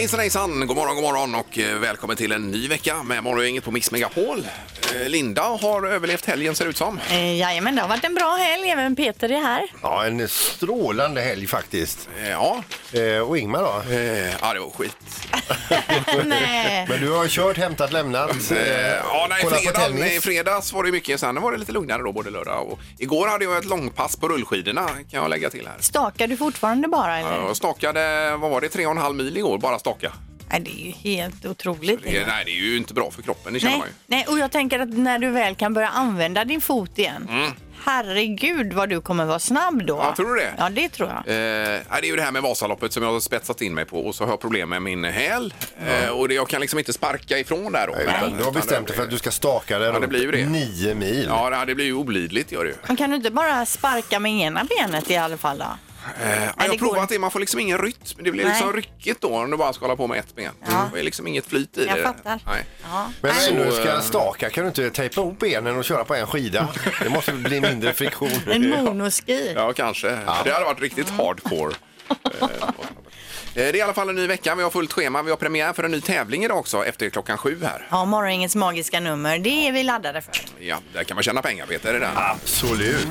Hejsan, god morgon och välkommen till en ny vecka med Morgongänget på Mix Megapol. Linda har överlevt helgen ser det ut som. Jajamän, det har varit en bra helg, även Peter är här. Ja, en strålande helg faktiskt. Ja. Och Ingmar då? Ja, det var skit. Nej. Men du har kört, hämtat, lämnat. I fredags var det mycket, sen var det lite lugnare då både lördag och igår hade jag ett långpass på rullskidorna kan jag lägga till här. Stakar du fortfarande bara eller? Jag stakade, vad var det, 3,5 mil igår, bara staka. Nej, det är ju helt otroligt. Det är ju inte bra för kroppen, det känner man ju. Nej, och jag tänker att när du väl kan börja använda din fot igen, herregud vad du kommer vara snabb då. Ja, tror du det? Ja, det tror jag. Det är ju det här med Vasaloppet som jag har spetsat in mig på och så har jag problem med min häl. Och jag kan liksom inte sparka ifrån där då. Nej, du har bestämt dig för att du ska staka där det blir ju det. 9 mil. Ja, det blir ju olidligt gör det ju. Men kan du inte bara sparka med ena benet i alla fall då? Jag har provat det, man får liksom ingen rytm. Det blir liksom ryckigt då om du bara ska hålla på med ett ben. Ja. Det är liksom inget flyt i det. Jag fattar. Nej. Ja. Men när du ska staka kan du inte tejpa ihop benen och köra på en skida? Det måste bli mindre friktion. En monoski. Ja, kanske. Det hade varit riktigt hardcore. Det är i alla fall en ny vecka. Vi har fullt schema. Vi har premiär för en ny tävling idag också efter 7:00 här. Ja, morgongängets magiska nummer. Det är vi laddade för. Ja, där kan man tjäna pengar, Peter. Det Absolut.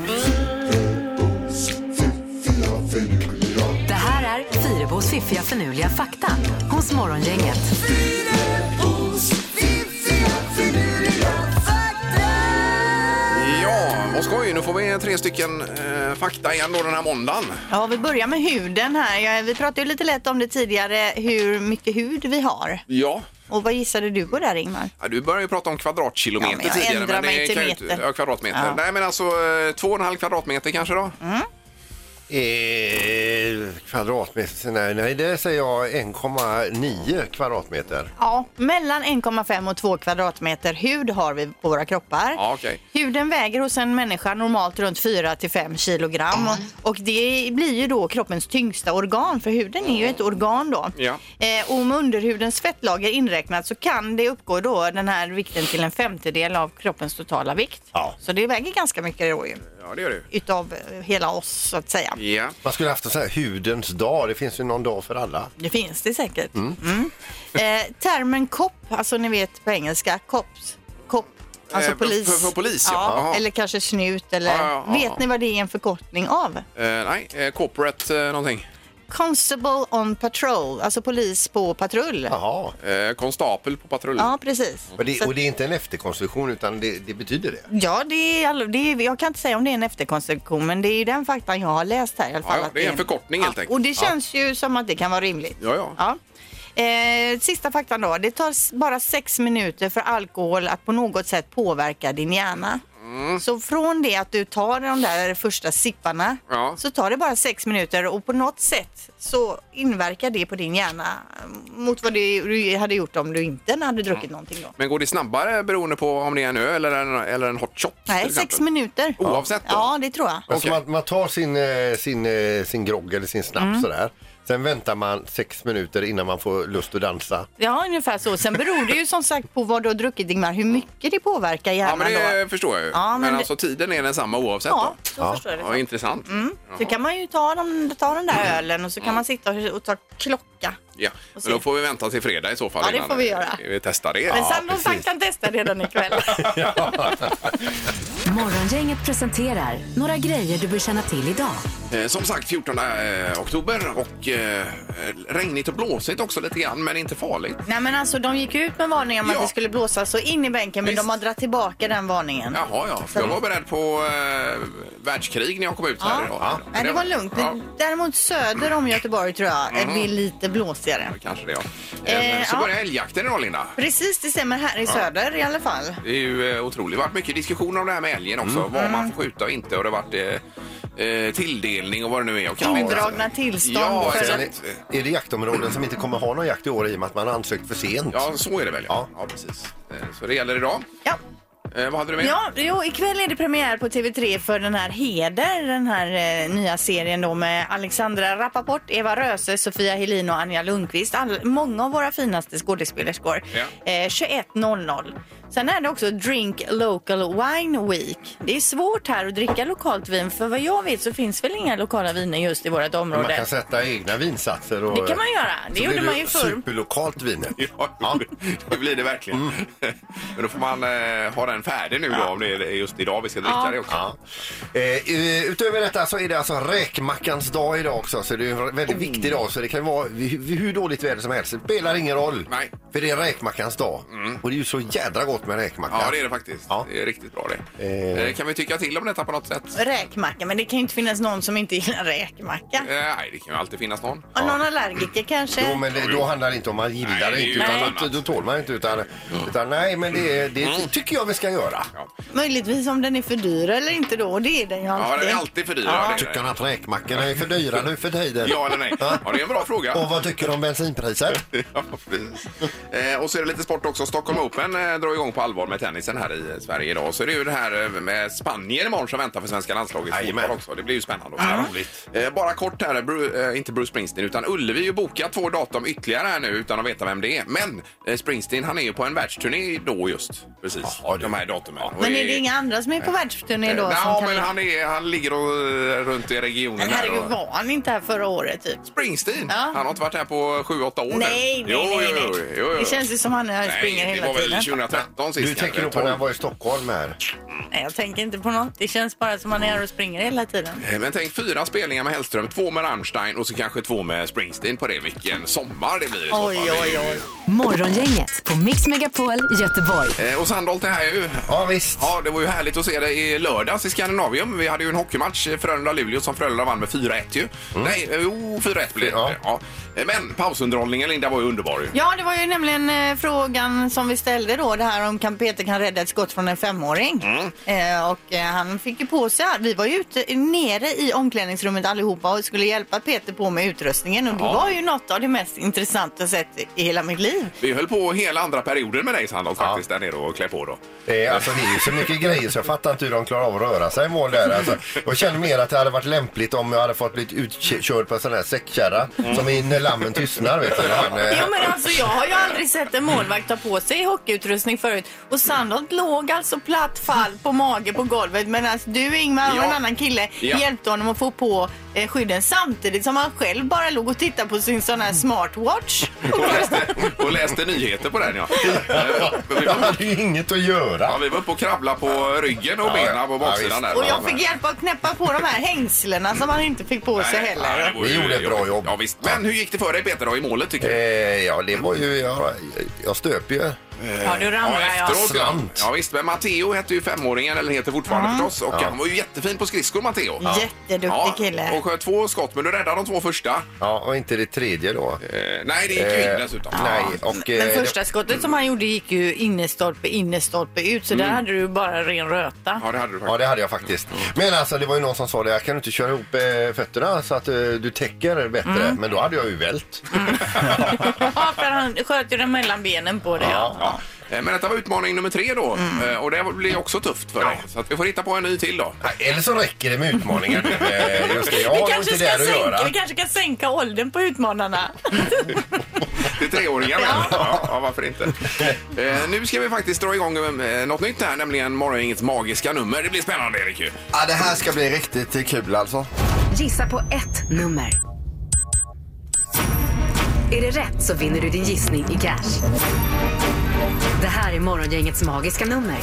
Det här är Fyrebos fiffiga förnuliga fakta hos Morgongänget. Ja, vad skoj. Nu får vi 3 stycken fakta igen då den här måndagen. Ja, vi börjar med huden här. Vi pratade ju lite lätt om det tidigare, hur mycket hud vi har. Ja. Och vad gissade du på där, Ingmar? Ja, du började ju prata om kvadratkilometer jag tidigare. ändrar mig till meter. Ja, kvadratmeter. Ja. Nej, men alltså 2,5 kvadratmeter kanske då? Kvadratmeter, nej det säger jag 1,9 kvadratmeter. Ja, mellan 1,5 och 2 kvadratmeter hud har vi på våra kroppar. Ja, okay. Huden väger hos en människa normalt runt 4-5 kilogram. Och det blir ju då kroppens tyngsta organ, för huden är ju ett organ då. Ja. Och om underhudens fettlager inräknat så kan det uppgå då den här vikten till 1/50 av kroppens totala vikt. Ja. Så det väger ganska mycket då ju. Ja, det gör det. Utav hela oss så att säga. Ja. Man skulle haft en sån här hudens dag. Det finns ju någon dag för alla. Det finns det säkert. Termen kopp, alltså ni vet på engelska, kopp, alltså polis. För polis, ja. Jaha. Eller kanske snut, eller Ja. vet ni vad det är en förkortning av? Nej, corporate någonting. Constable on patrol, alltså polis på patrull. Jaha. Konstapel på patrull. Ja, precis. Och det är inte en efterkonstruktion utan det betyder det. Ja, det är, jag kan inte säga om det är en efterkonstruktion, men det är ju den faktan jag har läst här i alla fall. Ja, att det är en förkortning helt enkelt. Och det känns ju som att det kan vara rimligt. Ja. Sista faktan då. Det tar bara 6 minuter för alkohol att på något sätt påverka din hjärna. Så från det att du tar de där första sipparna så tar det bara 6 minuter och på något sätt så inverkar det på din hjärna mot vad du hade gjort om du inte hade druckit någonting då. Men går det snabbare beroende på om det är en öl eller en hot shot? Nej, 6 minuter. Oavsett då? Ja, det tror jag. Alltså man tar sin grogg eller sin snaps sådär. Sen väntar man 6 minuter innan man får lust att dansa. Ja, ungefär så. Sen beror det ju som sagt på vad du har druckit, Ingmar, hur mycket det påverkar hjärnan då. Ja, men det då. förstår jag ju. Ja, men alltså tiden är densamma oavsett Ja, då? så förstår jag det. Ja, intressant. Så kan man ju ta den där ölen och så kan man sitta och ta klocka. Ja, men då får vi vänta till fredag i så fall. Ja, det får vi göra. Vi testar det. Men Sandro kan testa redan ikväll. Morgongänget presenterar några grejer du bör känna till idag. Som sagt 14 oktober och regnigt och blåsigt också lite grann, men inte farligt. Nej, men alltså de gick ut med varningen om att det skulle blåsa så in i bänken, men Visst. de har dragit tillbaka den varningen. Jaha, ja. Jag var beredd på världskrig när jag kom ut här idag. Nej, det var lugnt. Ja. Däremot söder om Göteborg tror jag är det lite blåsigare. Kanske det, ja. Så börjar älgjakten idag, Linda. Precis, det stämmer här i söder i alla fall. Det är ju otroligt. Det har varit mycket diskussioner om det här med älgen också. Vad man får skjuta och inte. Och det har varit tilldelning och vad det nu är. Och Indragna tillstånd. Ja, för Sen att... är det jaktområden som inte kommer ha någon jakt i år i och med att man har ansökt för sent. Ja, så är det väl. Ja, precis. Så det gäller idag. Ja. Vad hade du med? Ja, ikväll är det premiär på TV3 för den här Heder, den här nya serien då med Alexandra Rappaport, Eva Röse, Sofia Helin och Anja Lundqvist. Många av våra finaste skådespelerskor. 21.00. Sen är det också Drink Local Wine Week. Det är svårt här att dricka lokalt vin. För vad jag vet så finns väl inga lokala viner just i vårt område. Man kan sätta egna vinsatser. Och, det kan man göra. Det gjorde man ju förr. Superlokalt vin. Ja, det blir det verkligen. Men då får man ha den färdig nu då, om det är just idag vi ska dricka det också. Ja. Utöver detta så är det alltså räkmackans dag idag också. Så det är en väldigt viktig dag. Så det kan vara hur dåligt väder som helst. Det spelar ingen roll. Nej. För det är räkmackans dag. Och det är ju så jädra gott med räkmacka. Ja, det är det faktiskt. Ja. Det är riktigt bra det. Kan vi tycka till om detta på något sätt? Räkmacka, men det kan ju inte finnas någon som inte gillar räkmacka. Nej, det kan ju alltid finnas någon. Och någon allergiker kanske. Jo, men då handlar det inte om man gillar det inte. Utan då tål man inte. Utan nej, men det tycker jag vi ska göra. Ja. Möjligtvis om den är för dyr eller inte då. Och det är den ju alltid. Ja, den är alltid för dyr. Ja. Tycker han att räkmackorna är för dyra nu för tiden? Ja eller nej? Ja, det är en bra fråga. Och vad tycker du om bensinpriset? Ja, precis. Och så är det lite sport också. Stockholm Open drar igång på allvar med tennisen här i Sverige idag. Så är det ju det här med Spanien imorgon som väntar för svenska landslaget fotboll också. Det blir ju spännande också. Bara kort här, inte Bruce Springsteen utan Ullevi har bokat 2 datum ytterligare här nu utan att veta vem det är. Men Springsteen, han är ju på en världsturné då just. Precis, de här datumen. Men är det inga andra som är på världsturné då? Ja, men han ligger runt i regionen. Men herregud, var han inte här förra året typ? Springsteen? Ja. Han har inte varit här på 7-8 år. Nej. Det känns ju som han springer hela tiden. Det var väl 2013 sist. Du tänker nog på när han var i Stockholm här. Nej, jag tänker inte på något. Det känns bara som han är här och springer hela tiden. Men tänk 4 spelningar med Hellström, 2 med Rammstein och så kanske 2 med Springsteen på det. Vilken sommar det blir i så fall. Oj. Morgongänget på Mix Megapol Göteborg. Och Sandholt är här ju. Ja, visst. Ja, det var ju härligt att se det i lördags i Skandinavium. Vi hade ju en hockeymatch, Frölunda-Luleå, som Frölunda vann med 4-1 ju. Nej, 4-1 blev det. Ja. Men pausunderhållningen, Linda, var ju underbar ju. Ja, det var ju nämligen frågan som vi ställde då. Det här om Peter kan rädda ett skott från en 5-åring. Och han fick ju på sig. Vi var ju ute nere i omklädningsrummet allihopa och skulle hjälpa Peter på med utrustningen. Och det var ju något av det mest intressanta sett i hela mitt liv. Vi höll på hela andra perioden med dig, Sandholt, faktiskt, där nere och klä på då. Alltså det är ju så mycket grejer så jag fattar inte hur de klarar av att röra sig i mål där. Alltså, jag känner mer att det hade varit lämpligt om jag hade fått bli utkörd på en sån här säckkärra som är när lammen tystnar, vet du. Ja, men alltså jag har ju aldrig sett en målvakt ta på sig hockeyutrustning förut. Och Sandholt låg alltså platt fall på mage på golvet. Men alltså du, Ingmar, och en annan kille hjälpte honom att få på skydden samtidigt som han själv bara låg och tittade på sin sån här smartwatch. Och läste nyheter på den, Jag hade ju inget att göra. Ja, vi var uppe och krabbla på ryggen och benen på baksidan där. Och jag fick hjälpa att knäppa på de här hängslena som han inte fick på sig heller. Vi gjorde ett bra jobb. Ja, visst. Men hur gick det för dig, Peter, då, i målet, tycker du? Ja, det var ju... Jag stöp ju. Ja, du ramlade, Slant. Ja, visst. Men Matteo hette ju 5-åringen, eller heter fortfarande förstås. Och han var ju jättefin på skridskor, Matteo. Jätteduktig kille. Och sköt 2 skott, men du räddade de 2 första. Ja, och inte det tredje då. Nej, det gick ju in dessutom. Nej, och, men första skottet som han gjorde gick ju innerstolpe ut. Så där hade du bara ren röta. Ja, det hade du faktiskt. Ja, det hade jag faktiskt. Men alltså, det var ju någon som sa det. Jag kan inte köra ihop fötterna så att du täcker bättre. Men då hade jag ju vält. Ja, för han sköt ju den mellan benen på det. Ja. Men detta var utmaning nummer 3 då. Och det blir också tufft för dig. Så att vi får hitta på en ny till då. Eller så räcker det med utmaningen. Just det, vi kanske kan sänka åldern på utmanarna. Till 3-åringar. Ja, varför inte? Nu ska vi faktiskt dra igång något nytt här, nämligen morgongängets magiska nummer. Det blir spännande, Erik. Ja, det här ska bli riktigt kul alltså. Gissa på ett nummer. Är det rätt så vinner du din gissning i cash. Det här är morgongängets magiska nummer.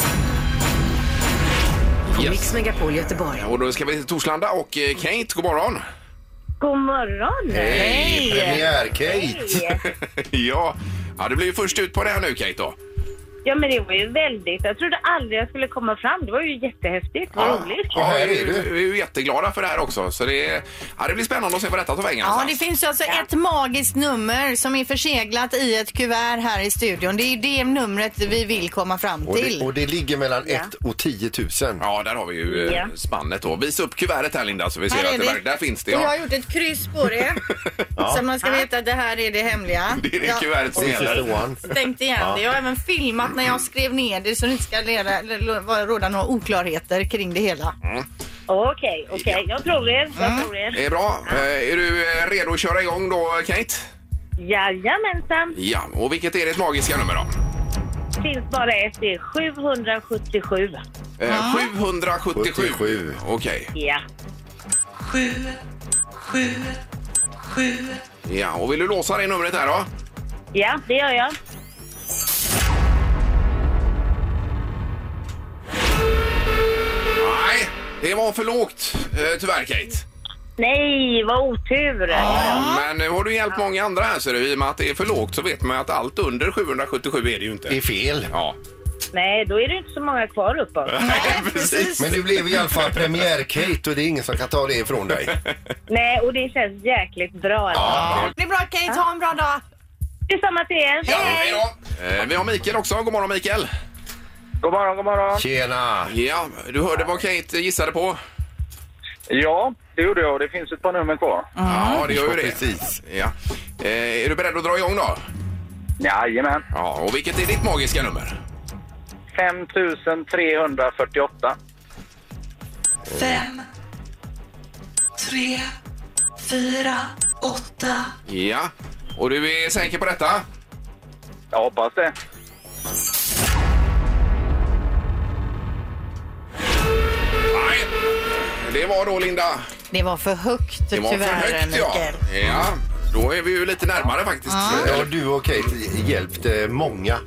På Mix Megapol Göteborg. Och då ska vi till Torslanda och Kate, god morgon. God morgon. Hej! Premiär-Kate. Ja, det blir ju först ut på det här nu, Kate, då. Ja, men det var ju väldigt. Jag trodde aldrig jag skulle komma fram. Det var ju jättehäftigt. Vad roligt. Ja, här är du. Vi är ju jätteglada för det här också. Så det blir spännande att se vad detta tar vägen. Ja, det finns alltså ett magiskt nummer som är förseglat i ett kuvert här i studion. Det är det numret vi vill komma fram till. Och det ligger mellan 1 och 10 000. Ja, där har vi ju spannet då. Visa upp kuvertet här, Linda, så vi ser att där finns det. Och jag har gjort ett kryss på det. Så man ska veta att det här är det hemliga. Det är det kuvertet som gäller. Stängt igen det. Jag har även filmat när jag skrev ner det så det inte ska råda några oklarheter kring det hela. Okej. Jag tror er. Det är bra. Är du redo att köra igång då, Kate? Jajamensan. Ja, och vilket är ditt magiska nummer då? finns bara ett, det är 777. 777. Okej. Ja. 777. Ja, och vill du låsa det numret här då? Ja, det gör jag. Nej, det var för lågt tyvärr, Kate. Nej, vad otur. Ja, men nu har du hjälpt många andra här, så i och med att det är för lågt så vet man att allt under 777 är det ju inte. Det är fel. Ja. Nej, då är det inte så många kvar uppåt. Nej, precis. Men du blev i alla fall premiär-Kate och det är ingen som kan ta det ifrån dig. Nej, och det känns jäkligt bra. Ja. Det är bra, Kate. Ha en bra dag. Detsamma till er. Ja, hej då. Vi har Mikael också. God morgon, Mikael. God morgon, god morgon. Tjena! Ja, du hörde vad Kate gissade på? Ja, det gjorde jag. Det finns ett par nummer kvar. Ja, det gör ju det. Precis. Ja. Är du beredd att dra igång då? Jajamän. Ja, och vilket är ditt magiska nummer? 5348. 5, 3, 4, 8. Ja, och du är säker på detta? Jag hoppas det. Nej, det var då, Linda. Det var för högt, Det var tyvärr, för högt, ja. Mikael. Ja, då är vi ju lite närmare faktiskt. Ja, du och Kate hjälpte många.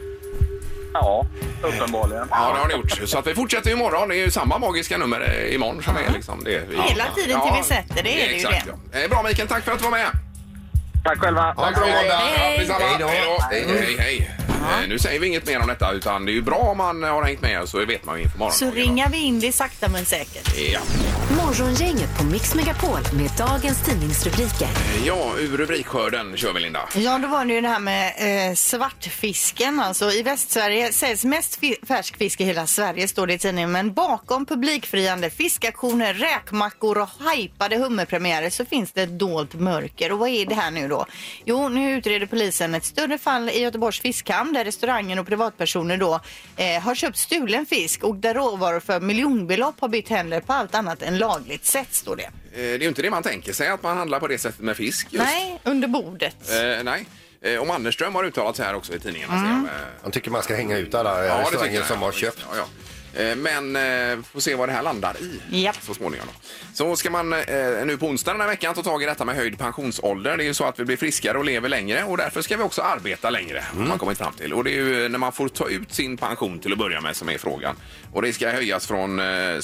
Ja, uppenbarligen. Ja, det har ni gjort. Så att vi fortsätter imorgon. Det är ju samma magiska nummer imorgon som är liksom det. Hela tiden till vi sätter det, är det ju exakt, det. Ja. Bra, Mikael. Tack för att du var med. Tack själva. Ha en bra måndag. Hej. Detsamma. Hej då. Hej, hej. Nu säger vi inget mer om detta, utan det är ju bra om man har hängt med, så vet man ju inför morgondagen. Så ringar vi in det sakta men säkert. Ja. Morgongänget på Mix Megapol med dagens tidningsrubriker. Ja, ur rubrikskörden kör vi, Linda. Ja, då var det ju det här med svartfisken. Alltså i Västsverige säljs mest färsk fisk i hela Sverige, står det i tidningen. Men bakom publikfriande fiskaktioner, räkmackor och hypade hummerpremiärer så finns det ett dolt mörker. Och vad är det här nu då? Jo, nu utreder polisen ett större fall i Göteborgs fiskhamn där restaurangen och privatpersoner då har köpt stulen fisk och där råvaror för miljonbelopp har bytt händer på allt annat än lagligt sätt, står det. Det är ju inte det man tänker sig, att man handlar på det sättet med fisk just. Nej, under bordet. Nej. Om Anderström har uttalat sig här också i tidningen. Jag tycker man ska hänga ut alla restauranger som har köpt. Ja. Men får se vad det här landar i så småningom. Så ska man nu på onsdag den här veckan ta tag i detta med höjd pensionsålder. Det är ju så att vi blir friskare och lever längre och därför ska vi också arbeta längre, man kommit fram till. Och det är ju när man får ta ut sin pension till att börja med som är frågan. Och det ska höjas från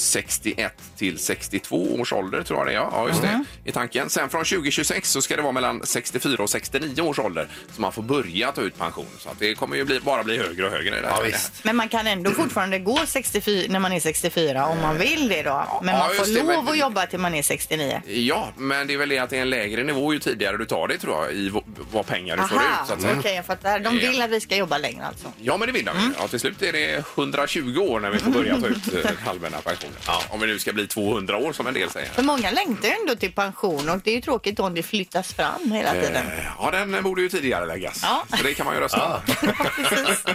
61 till 62 års ålder, tror jag det är. Ja, just det, i tanken. Sen från 2026 så ska det vara mellan 64 och 69 års ålder som man får börja ta ut pension. Så att det kommer ju bara bli högre och högre. Ja, visst. Men man kan ändå fortfarande gå 64 när man är 64 om man vill det då. Men man får just det, lov att jobba till man är 69. Ja, men det är väl det att det är en lägre nivå ju tidigare du tar det, tror jag, i vad pengar du får ut. Så att säga. Okej, jag fattar. De vill att vi ska jobba längre alltså. Ja, men det vill de. Ja, till slut är det 120 år när vi får börja ta ut allmänna pensioner. Ja. Om vi nu ska bli 200 år som en del säger. För många längtar ju ändå till pension och det är ju tråkigt om det flyttas fram hela tiden. Ja, den borde ju tidigare läggas. Ja. Så det kan man ju rösta. Precis.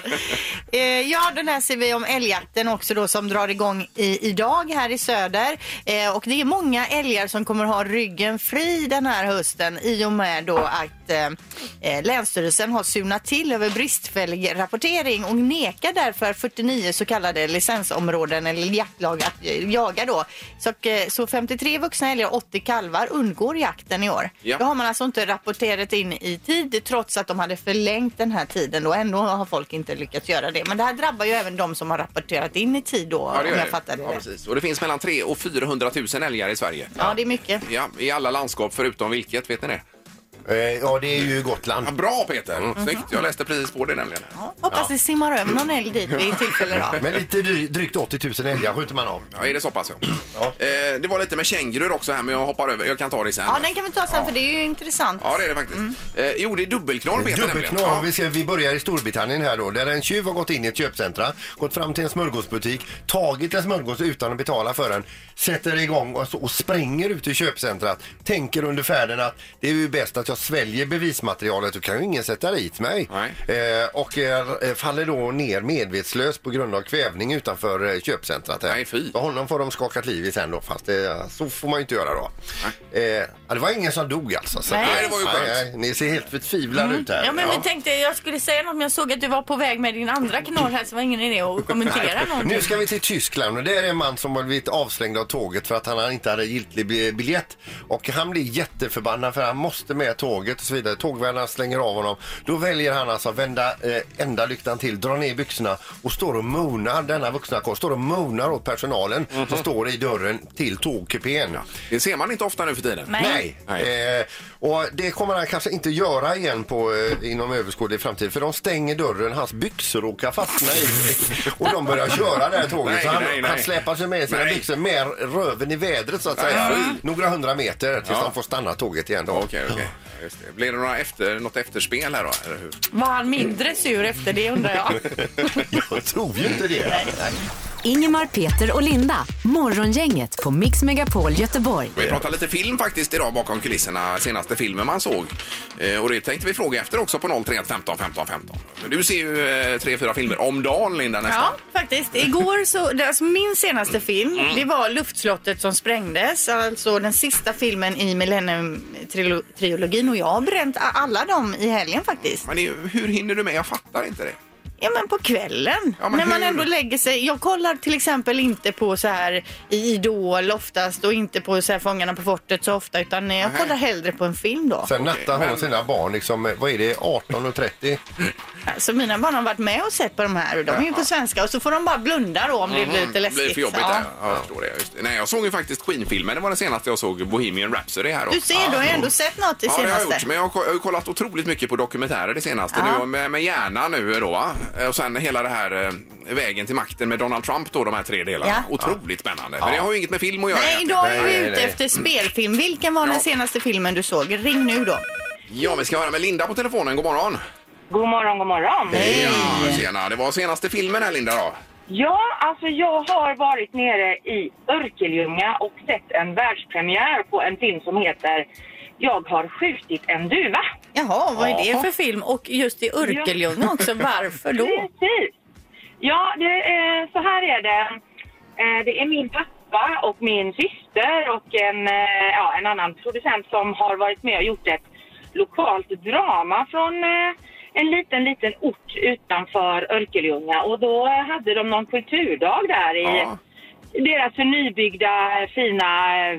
Ja, den här ser vi om älgjakten också då som drar igång idag här i söder. Och det är många älgar som kommer ha ryggen fri den här hösten i och med då att Länsstyrelsen har sunat till över bristfällig rapportering och nekar därför 49 så kallade licensområden eller jaktlag att jaga då. Så 53 vuxna älgar och 80 kalvar undgår jakten i år. Ja. Då har man alltså inte rapporterat in i tid trots att de hade förlängt den här tiden då. Ändå har folk inte lyckats göra det. Men det här drabbar ju även de som har rapporterat in i tid då, om jag fattar det. Ja, precis. Och det finns mellan 300 och 400 000 älgar i Sverige. Ja, det är mycket. Ja, i alla landskap förutom vilket, vet ni det? Ja, det är ju Gotland. Ja, bra, Peter. Snyggt. Jag läste precis på det nämligen. Ja, hoppas det simmar över någon älg dit vid tillfälle då. Men lite drygt 80 000 älgar skjuter man av. Ja, är det så pass? Ja. Det var lite med kängurur också här, men jag hoppar över. Jag kan ta det sen. Ja, den kan vi ta sen för det är ju intressant. Ja, det är det faktiskt. Jo, det är dubbelknorr, Peter. Dubbelknorr. Vi börjar i Storbritannien här då, där en tjuv har gått in i ett köpcentra, gått fram till en smörgåsbutik, tagit en smörgås utan att betala för den, sätter igång och spränger ut i köpcentrat. Tänker under färden att det är ju bäst att jag sväljer bevismaterialet, då kan ju ingen sätta dit mig. Och faller då ner medvetslös på grund av kvävning utanför köpcentrat. Nej, fy. Och honom får de skaka liv i sen då, fast så får man ju inte göra då. Det var ingen som dog alltså. Så Nej, det var ju skönt. ni ser helt förtvivlade ut här. Ja, men vi tänkte jag skulle säga något, men jag såg att du var på väg med din andra kanal här, så var ingen idé att kommentera någonting. Nu ska vi till Tyskland och det är en man som har blivit avslängd av tåget för att han inte hade giltig biljett. Och han blir jätteförbannad för han måste med tåget och så vidare. Tågvärdarna slänger av honom. Då väljer han alltså att vända ända lyktan till, dra ner byxorna och står och monar, denna vuxna karl står och monar åt personalen som står i dörren till tågkupén. Det ser man inte ofta nu för tiden. Nej. Och det kommer han kanske inte göra igen inom överskådlig framtid, för de stänger dörren, hans byxor råkar fastna i och de börjar köra det här tåget. Han släpar sig med sina byxor med röven i vädret så att säga. Några 100 meter tills han får stanna tåget igen då. Okej. Just det. Blir det något efterspel här då? Eller hur? Var han mindre sur efter det, undrar jag? Jag tror ju inte det. Nej. Ingemar, Peter och Linda. Morgongänget på Mix Megapol Göteborg. Vi pratar lite film faktiskt idag bakom kulisserna. Senaste filmen man såg. Och det tänkte vi fråga efter också på 031 15 15 15. Du ser ju 3-4 filmer om dagen, Linda, nästan. Ja, faktiskt. Igår så, alltså min senaste film, det var Luftslottet som sprängdes. Alltså den sista filmen i Millennium-trilogin, och jag har bränt alla dem i helgen faktiskt. Men hur hinner du med? Jag fattar inte det. Ja, men på kvällen. Ja, men när man ändå lägger sig. Jag kollar till exempel inte på så här i Idol oftast och inte på så här Fångarna på fortet så ofta, utan jag kollar hellre på en film då. Sen nattar hon sina barn liksom, vad är det, 18:30? Så mina barn har varit med och sett på de här och de är ju på svenska, och så får de bara blunda då om det blir lite läskigt. Det blir för jobbigt där. Jag förstår det. Just det. Nej, jag såg ju faktiskt Queen-filmen. Det var den senaste jag såg, Bohemian Rhapsody här. Du ser, du har ju ändå sett något i senaste. Ja, det har jag gjort, men jag har kollat otroligt mycket på dokumentärer det senaste nu med Hjärna nu då, va? Och sen hela det här vägen till makten med Donald Trump då, de här 3 delarna. Ja. Otroligt spännande. Men det har ju inget med film att göra. Nej, idag är vi ute efter spelfilm. Vilken var den senaste filmen du såg? Ring nu då. Ja, vi ska höra med Linda på telefonen. God morgon. God morgon, god morgon. Hej. Ja, tjena. Det var senaste filmen här, Linda, då. Ja, alltså jag har varit nere i Örkelljunga och sett en världspremiär på en film som heter Jag har skjutit en duva. Jaha, vad är det för film? Och just i Örkelljunga också, varför då? Precis. Ja, så här är det. Det är min pappa och min syster och en annan producent som har varit med och gjort ett lokalt drama från en liten ort utanför Örkelljunga. Och då hade de någon kulturdag där i deras nybyggda fina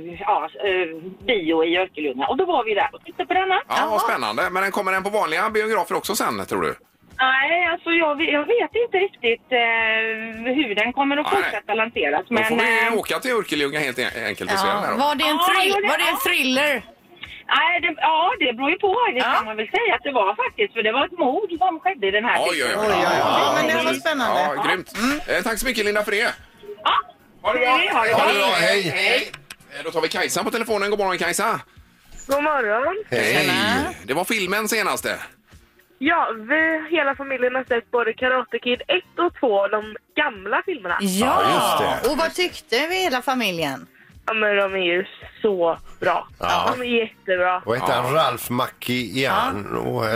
bio i Örkelljunga. Och då var vi där och tittade på denna. Ja, vad spännande. Men den kommer den på vanliga biografer också sen, tror du? Nej, alltså jag vet inte riktigt hur den kommer att fortsätta lanseras. Men får vi åka till Örkelljunga helt enkelt och se den här då. Var det en thriller? Nej, det beror ju på. Det kan man väl säga att det var faktiskt. För det var ett mord som skedde i den här filmen. Ja, men det var spännande. Ja, grymt. Tack så mycket, Linda, för det. Ja, ha det bra. Ha det bra. Hej. Då tar vi Kajsa på telefonen. God morgon, Kajsa. God morgon. Hej. Det var filmen senaste. Ja, hela familjen har sett både Karate Kid 1 och 2, de gamla filmerna. Ja, just det. Och vad tyckte vi hela familjen? Ja, men de är ju så bra. Ja. De är jättebra. Vad heter han? Ralf Macchio?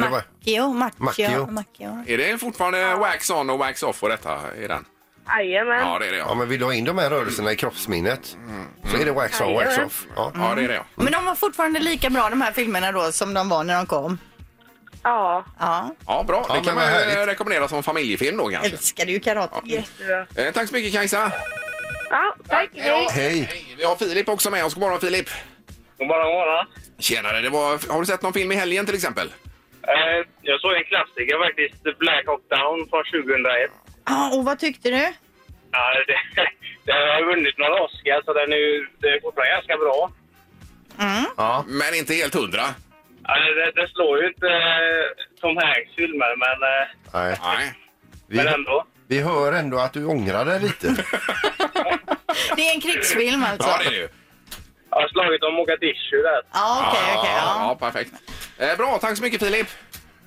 Macchio. Är det fortfarande wax on och wax off och detta i den? Jajamän. Ja, det är det. Ja, men vill du ha in de här rörelserna i kroppsminnet så är det wax on, wax off. Ja, det är det. Men de var fortfarande lika bra, de här filmerna då, som de var när de kom? Ja. Ja, bra. Det kan man rekommendera som familjefilm då kanske. Älskar du Karate Kid? Jättebra. Tack så mycket, Kajsa. Ja, tack. Hej. Vi har Filip också med oss. God morgon, Filip. God morgon. Tjenare, har du sett någon film i helgen till exempel? Jag såg en klassiker faktiskt, Black Hawk Down från 2001. Ja, och vad tyckte du? Ja, det har vunnit några Oscar så det är fortfarande ganska bra. Ja. Men inte helt 100. Ja, det slår ju inte Tom Hanks filmer, men... Nej. Men ändå. Vi hör ändå att du ångrar dig lite. Det är en krigsfilm alltså. Ja, det är det ju. Jag har slagit om Mogadishu där. Ja, okej. Ja, perfekt. Bra, tack så mycket, Filip.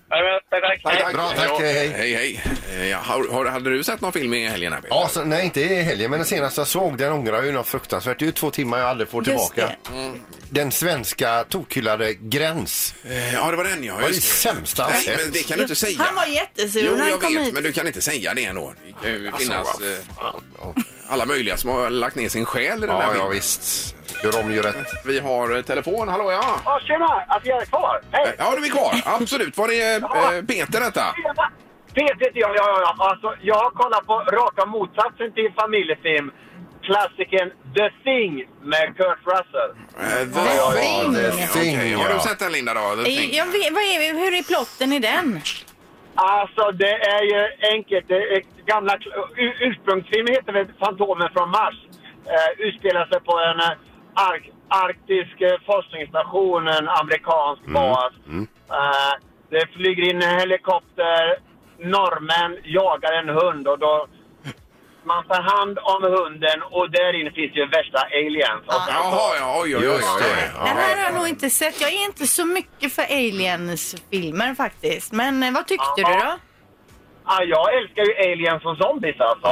Tack. Bra, tack. Hej. Hade du sett någon film i helgen här, Peter? Ja, nej inte i helgen, men den senaste jag såg, den ångrar ju något fruktansvärt. Det är ju 2 timmar jag aldrig får tillbaka. Den svenska tokhyllade Gräns. Ja, det var den, ja. Det var det sämsta jag sett. Men det kan du inte säga. Han var jättesur när han kom hit. Men du kan inte säga det ändå. Det kan ju finnas alla möjliga som har lagt ner sin själ i den här filmen. Ja, visst. Gör om, gör rätt. Vi har telefon. Hallå, ja. Ja, tjena. Att jag är kvar. Hej. Ja, du är kvar. Absolut. Var det Peter detta? Peter, ja. Alltså, jag har kollat på raka motsatsen till familjefilm. Klassiken The Thing med Kurt Russell. The Thing. Har du sett den, Linda, då? The Thing. Hur är plotten i den? Alltså, det är ju enkelt. Det är gamla ursprungsfilmen heter det Fantomen från Mars. Utspelar sig på en arktisk forskningsstation, en amerikansk bas. Det flyger in en helikopter, norrmän jagar en hund och då man tar hand om hunden och där inne finns ju värsta aliens. Jaha, oj. Den här har jag nog inte sett. Jag är inte så mycket för aliens-filmer faktiskt. Men vad tyckte du då? Ja, jag älskar ju aliens och zombies alltså.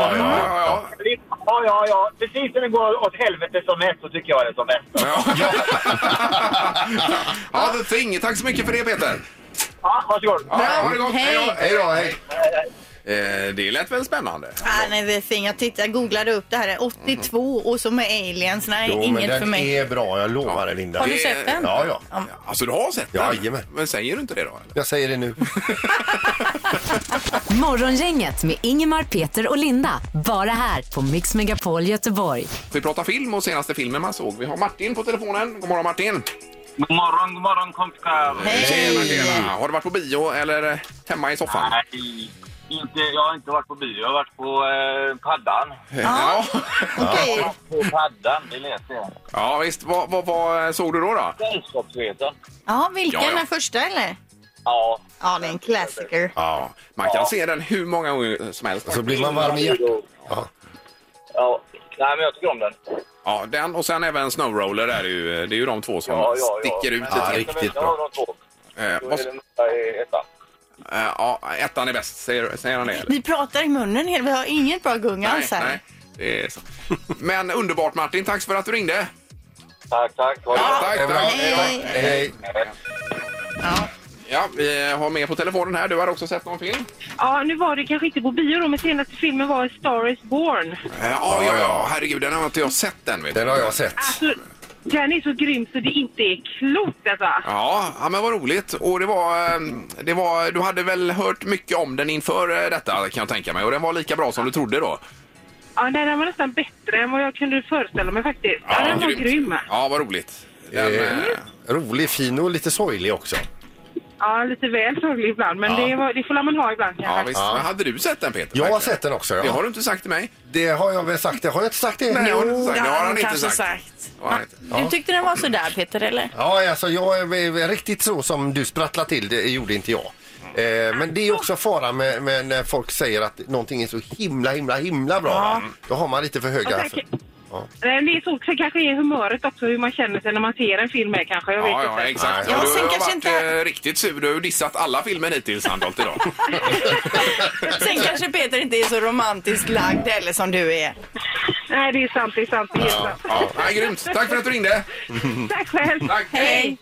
Ja. Precis när det går åt helvete som mest så tycker jag det är som bäst. Ja, The Thing. Tack så mycket för det, Peter. Ja, varsågod. Ha det gott. Hej. Det lät väl spännande? Nej, The Thing. Jag googlade upp det här. Är 82 och så med aliens. Nej, inget för mig. Den är bra, jag lovar det, Linda. Har du sett den? Ja. Alltså, du har sett den? Jajamän. Men säger du inte det då? Eller? Jag säger det nu. Morgongänget med Ingemar, Peter och Linda. Bara här på Mix Megapol Göteborg. Vi pratar film och senaste filmen man såg. Vi har Martin på telefonen. God morgon, Martin. God morgon kompisar. Hej. Har du varit på bio eller hemma i soffan? Nej, jag har inte varit på bio. Jag har varit på paddan. Ja. Okej. På paddan, det lät det. Ja, visst. Vad såg du då? Sällskapsresan. Ja, vilken? Den första eller? Ja. Ja, det är en klassiker. Ja, man kan se den hur många gånger som helst. Så blir man varm i hjärtat. Ja. Nej, men jag tycker om den. Ja, den och sen även Snowroller är det är ju de två som sticker ut lite. Ja, riktigt bra. Ettan är bäst, säger han det? Vi pratar i munnen, vi har inget bra gung alls här. Nej, det är så. Men underbart, Martin, tack för att du ringde. Tack. Tack. Hej. Ja, vi har med på telefonen här. Du har också sett någon film? Ja, nu var det kanske inte på bio då, men senaste filmen var Star is Born. Ja. Herregud, den har inte jag sett än. Den har jag sett. Alltså, den är så grym så det inte är klokt alltså. Ja, men vad roligt. Och det var du hade väl hört mycket om den inför detta, kan jag tänka mig. Och den var lika bra som du trodde då? Ja, den var nästan bättre än vad jag kunde föreställa mig faktiskt. Ja, den var grym. Ja, vad roligt. Rolig, fin och lite sorglig också. Ja, lite väl sorglig ibland, men det får man ha ibland kanske. Ja, visst. Men hade du sett den, Peter? Jag har sett den också, ja. Det har du inte sagt till mig. Det har jag väl sagt. Det har jag inte sagt det. Nej, Jo, det har han inte kanske sagt. Du tyckte den var så där, Peter, eller? Ja, alltså jag är riktigt så som du sprattlade till. Det gjorde inte jag. Men det är också fara med när folk säger att någonting är så himla bra. Ja. Då har man lite för höga... Det är så kanske är humöret också, hur man känner sig när man ser en film med kanske. Jag vet inte. Exakt. Ja, Du sen har kanske varit inte- riktigt sur. Du har ju dissat alla filmer hittills, Sandholt, idag. Sen kanske Peter inte är så romantiskt lagd eller som du är. Nej, det är sant. Det är sant. Nej, grymt. Tack för att du ringde. Tack själv. Tack. Hej.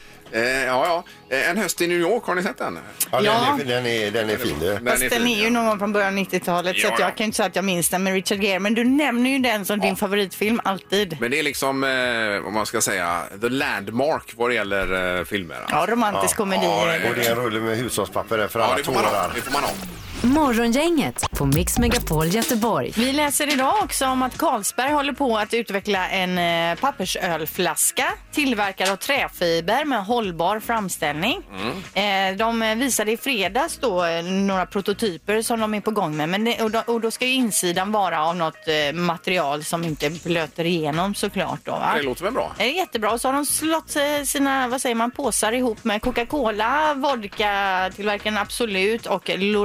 En höst i New York, har ni sett den? Ja, Ja. den är fin. Det. Fast den är ju någon gång från början av 90-talet så att jag kan inte säga att jag minns den med Richard Gere. Men du nämner ju den som din favoritfilm alltid. Men det är liksom, vad man ska säga, the landmark vad det gäller filmer. Ja, romantisk komedi. Och det är en rulle med hushållspapper där för alla det får man ha. tårar. Det får man ha. Morgongänget på Mix Megapol Göteborg. Vi läser idag också om att Carlsberg håller på att utveckla en pappersölflaska tillverkad av träfiber med hållbar framställning. De visade i fredags då några prototyper som de är på gång med. Men och då ska ju insidan vara av något material som inte blöter igenom såklart då, va? Det låter väl bra. Det är jättebra. Så har de slått sina, påsar ihop med Coca-Cola, vodka tillverkaren Absolut och L'Oreal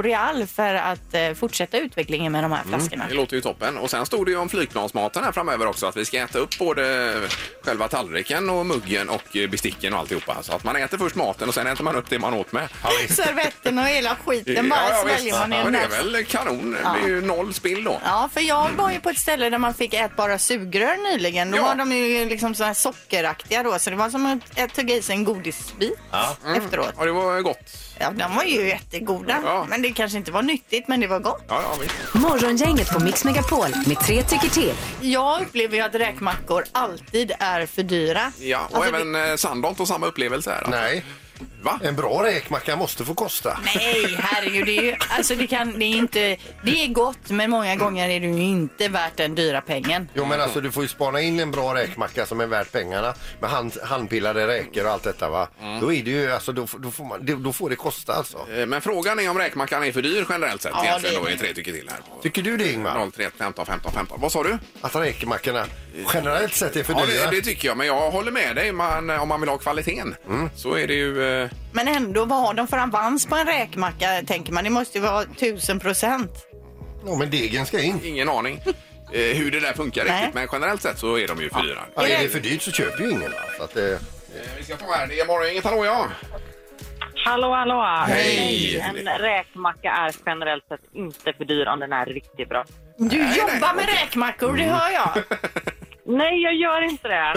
fall för att fortsätta utvecklingen med de här flaskorna. Det låter ju toppen. Och sen stod det ju om flygplansmaten här framöver också, att vi ska äta upp både själva tallriken och muggen och besticken och alltihopa. Så att man äter först maten och sen äter man upp det man åt med. Servetten och hela skiten bara sväljer man i. Men det är väl kanon. Det är ju noll spill då. Ja, för jag var ju på ett ställe där man fick ätbara sugrör nyligen. Då var de ju liksom så här sockeraktiga då. Så det var som att tugga i sig en godisbit efteråt. Ja, det var gott. Ja, de var ju jättegoda. Ja. Men det kanske inte var nyttigt, men det var gott. Ja, visst. Morgongänget på Mix Megapol med 3 tycker till. Jag upplever ju att räkmackor alltid är för dyra. Ja, och även Sandholt och samma upplevelse här. Nej. Va? En bra räkmacka måste få kosta. Nej, herregud. Det är ju, alltså det är gott, men många gånger är det ju inte värt den dyra pengen. Jo, men alltså du får ju spana in en bra räkmacka som är värt pengarna med handpillade räkor och allt detta, va? Då är det ju, alltså då får det kosta alltså. Men frågan är om räkmackan är för dyr generellt sett. Ja, egentligen då är 3 tycker till här. Tycker du det, Ingmar? 03 15 15 15. Vad sa du? Att räkmackorna generellt sett är för Ja, dyra? det tycker jag. Men jag håller med dig. Om man vill ha kvaliteten så är det ju... Men ändå, vad har de för avans på en räkmacka, tänker man? Det måste ju vara 1000%. Ja, men degen ska in. Ingen aning hur det där funkar riktigt. Men generellt sett så är de ju för dyra. Ja, är det för dyrt så köper ju ingen. Så att, vi ska få här. Det är morgongänget. Hallå, ja. Hallå. Hej. En räkmacka är generellt sett inte för dyr om den är riktigt bra. Du jobbar med räkmackor, det hör jag. Nej, jag gör inte det.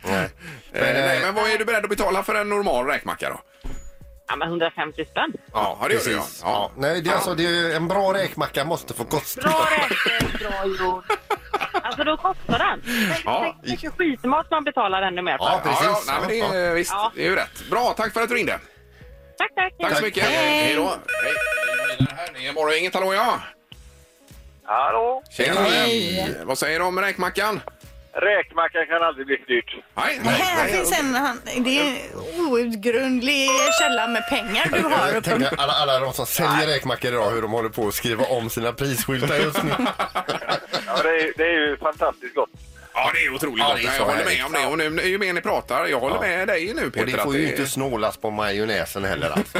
Men vad är du beredd att betala för en normal räkmacka då? Ja, men 150 spänn. Ja, det gör du. Ja. Nej, det är alltså en bra räkmacka måste få kosta. Bra räkor, bra gjord. Alltså då kostar den. Det är skitmat man betalar ännu mer för. Ja, precis. Nej, men det är, visst, det är ju rätt. Bra, tack för att du ringde. Tack så mycket. Hej då. Det är bara inget. Hallå, ja. Hallå? Tjena. Hej. Vad säger du om räkmackan? Räkmackan kan aldrig bli för dyrt. Nej. Här finns det är en outgrundlig källa med pengar du har. Jag tänker alla de som säljer räkmackor idag, hur de håller på att skriva om sina prisskyltar just nu. Ja, det är ju fantastiskt gott. Ja, det är otroligt gott. Jag håller med om det. Och nu är ju mer ni pratar. Jag håller med dig nu, Peter. Och det får ju inte snålas på majonnäsen heller alltså.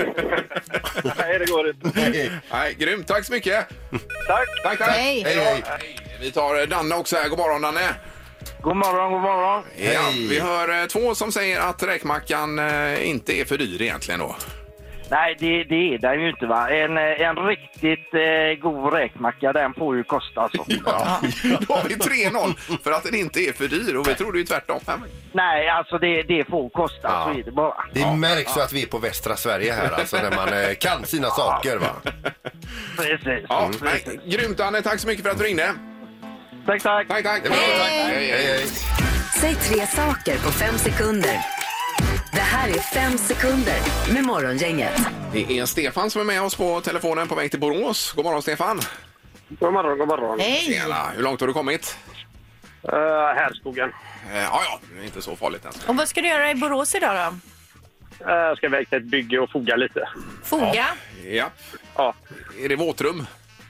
Nej, det går inte. Nej, grymt. Tack så mycket. Tack. Hej. Vi tar Danne också här. God morgon, Danne. God morgon. Ja, vi hör 2 som säger att räkmackan inte är för dyr egentligen då. Nej, det är den ju inte, va. En riktigt god räkmacka, den får ju kosta alltså. Ja. Då har vi 3-0 för att den inte är för dyr och vi tror det är tvärtom. Nej, alltså det får kosta, så är det bara. Det märks så att vi är på västra Sverige här alltså, när man kan sina saker, va. Precis. Ja, grymt, Anne. Tack så mycket för att du ringde. Tack. Hej. Säg 3 saker på 5 sekunder. Det här är 5 sekunder med Morgongänget. Det är Stefan som är med oss på telefonen på väg till Borås. God morgon, Stefan. God morgon. Hej. Tjena. Hur långt har du kommit? Härskogen. Ja, det är inte så farligt än. Och vad ska du göra i Borås idag då? Jag ska iväg till ett bygge och foga lite. Foga? Ja. Är det våtrum?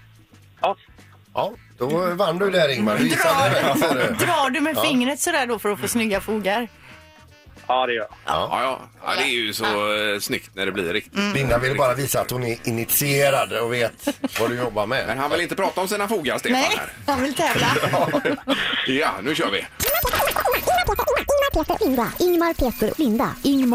Ja, då vann du där, Ingmar. Drar du med fingret sådär då för att få snygga fogar? Ja, det gör jag. Ja, det är ju så snyggt när det blir riktigt. Linda vill bara visa att hon är initierad och vet vad du jobbar med. Men han vill inte prata om sina fogar, Stefan. Nej, här. han vill tävla. Ja, nu kör vi. Ingmar, Peter, Linda.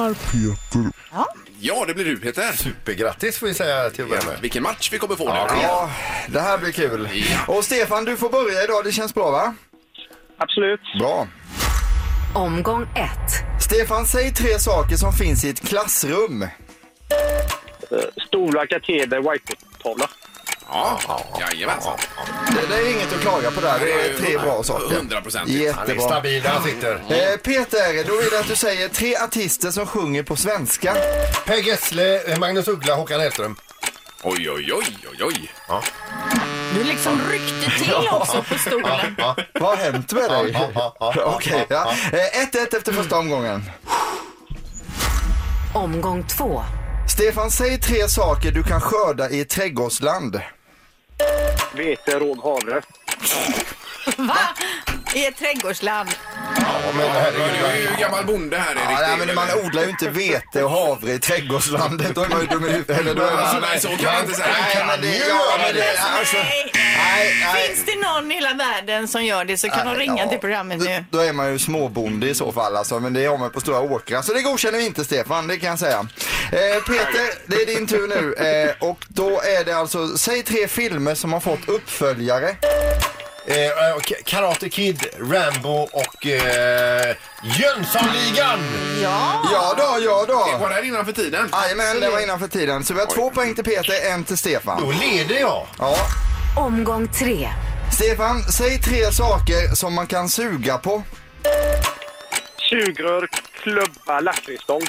Ja, det blir du, Peter. Supergrattis får vi säga till med. Vilken match vi kommer få nu. Ja, det här blir kul. Ja. Och Stefan, du får börja idag. Det känns bra, va? Absolut. Bra. Omgång 1. Stefan, säg 3 saker som finns i ett klassrum. Stolar, kateder, whiteboardtavla. Ja, jajamensan. Det är inget att klaga på där. Det är 3 bra saker. 100%. Han är Jättebra. stabil där han sitter. Peter, då vill jag att du säger 3 artister som sjunger på svenska. Per Gessle, Magnus Uggla, Håkan Hellström. Oj. Ja. Du liksom ryckte till också på stolen. Vad har hänt med dig? Okej, ja. 1-1 efter första omgången. Omgång 2. Stefan, säg 3 saker du kan skörda i ett trädgårdsland. Vete, råg, havre. Va? I ett trädgårdsland. Ja, men det här Du är ju gammal bonde här, Erik. Ja, men man odlar ju inte vete och havre i trädgårdslandet. Då är man ju dum i huvudet. Eller då är man... Nej, så kan man inte säga. Finns det någon i hela världen som gör det så kan de ringa till programmet nu. Då är man ju småbonde i så fall alltså, men det är man på stora åkrar. Så det godkänner vi inte, Stefan, det kan jag säga. Peter, det är din tur nu. Och då är det alltså, säg 3 filmer som har fått uppföljare. Karate Kid, Rambo och Jönssonligan. Ja då. Det var där innanför tiden. Jajamän, det var innanför tiden. Så vi har 2 poäng till Peter, 1 till Stefan. Då leder jag. Ja. Omgång 3. Stefan, säg 3 saker som man kan suga på. Sugrör, klubba, lakritsstång.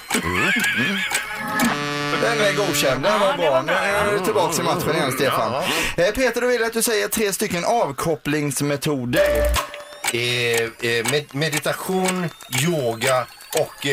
Den är godkänd, den var bra. Nu är du tillbaka i matchen igen, Stefan. Peter, då vill jag att du säger 3 stycken avkopplingsmetoder. Meditation, yoga och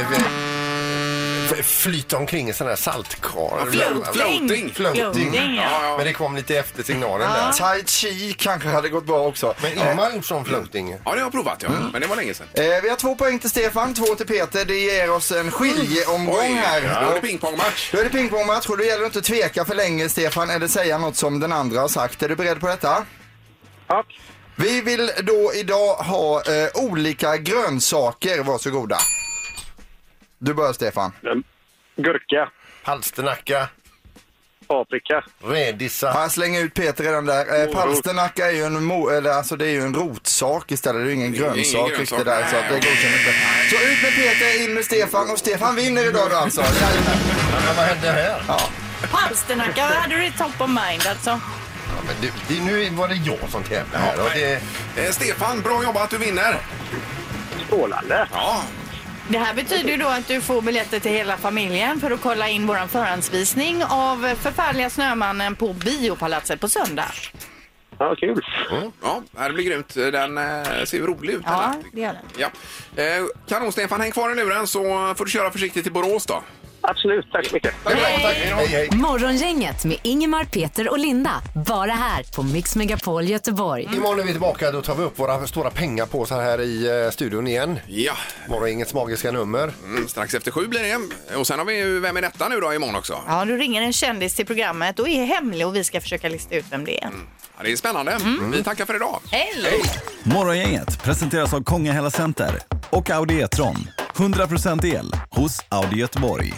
flyta omkring i sån här saltkar. Floating. Ja. Men det kom lite efter signalen där. Tai chi kanske hade gått bra också. Men Ingmar gjort sån floating. Ja, det har jag provat, men det var länge sedan. Vi har 2 poäng till Stefan, 2 till Peter. Det ger oss en skiljeomgång här. Då är det pingpongmatch. Då är det pingpongmatch och då gäller det inte att tveka för länge, Stefan, eller säga något som den andra har sagt. Är du beredd på detta? Ja. Vi vill då idag ha olika grönsaker, varsågoda. Du börjar, Stefan. Gurka. Palsternacka. Paprika. Rädisa. Jag slänger ut Peter redan där. Palsternacka är ju en rotsak istället. Det är ju ingen grönsak riktigt där. Så att det godkänner inte. Så ut med Peter, in med Stefan. Och Stefan vinner idag då alltså. Men vad hände här? Ja. Palsternacka, hade du i top of mind alltså? Ja, men nu var det jag som tävlade här. Och Stefan, bra jobbat, du vinner. Strålande. Ja. Det här betyder ju då att du får biljetter till hela familjen för att kolla in våran förhandsvisning av Förfärliga Snömannen på Biopalatset på söndag. Ja, kul. Ja, det blir grymt. Den ser ju rolig ut. Ja, det gör den. Ja. Kanon, Stefan, häng kvar i luren så får du köra försiktigt till Borås då. Absolut, tack så mycket. hej. Morgongänget med Ingemar, Peter och Linda. Bara här på Mix Megapol Göteborg. Imorgon är vi tillbaka, då tar vi upp våra stora pengapåsar här i studion igen. Ja. Morgongängets magiska nummer. Strax efter 7 blir det. Och sen har vi ju Vem är detta nu då imorgon också? Ja, du ringer en kändis till programmet och är hemlig och vi ska försöka lista ut vem det är. Ja, det är spännande. Vi tackar för idag. Hej! Morgongänget presenteras av Kongahälla Center och Audi E-tron. 100% el hos Audi Göteborg.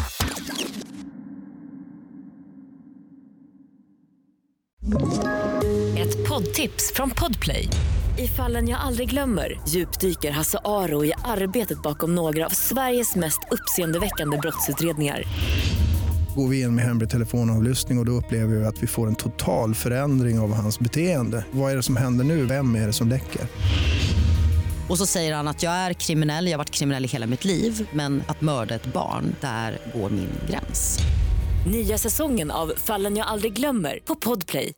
Ett poddtips från Podplay. I Fallen jag aldrig glömmer djupdyker Hasse Aro i arbetet bakom några av Sveriges mest uppseendeväckande brottsutredningar. Går vi in med hemlig telefonavlyssning och då upplever vi att vi får en total förändring av hans beteende. Vad är det som händer nu? Vem är det som läcker? Och så säger han att jag är kriminell, jag har varit kriminell i hela mitt liv. Men att mörda ett barn, där går min gräns. Nya säsongen av Fallen jag aldrig glömmer på Podplay.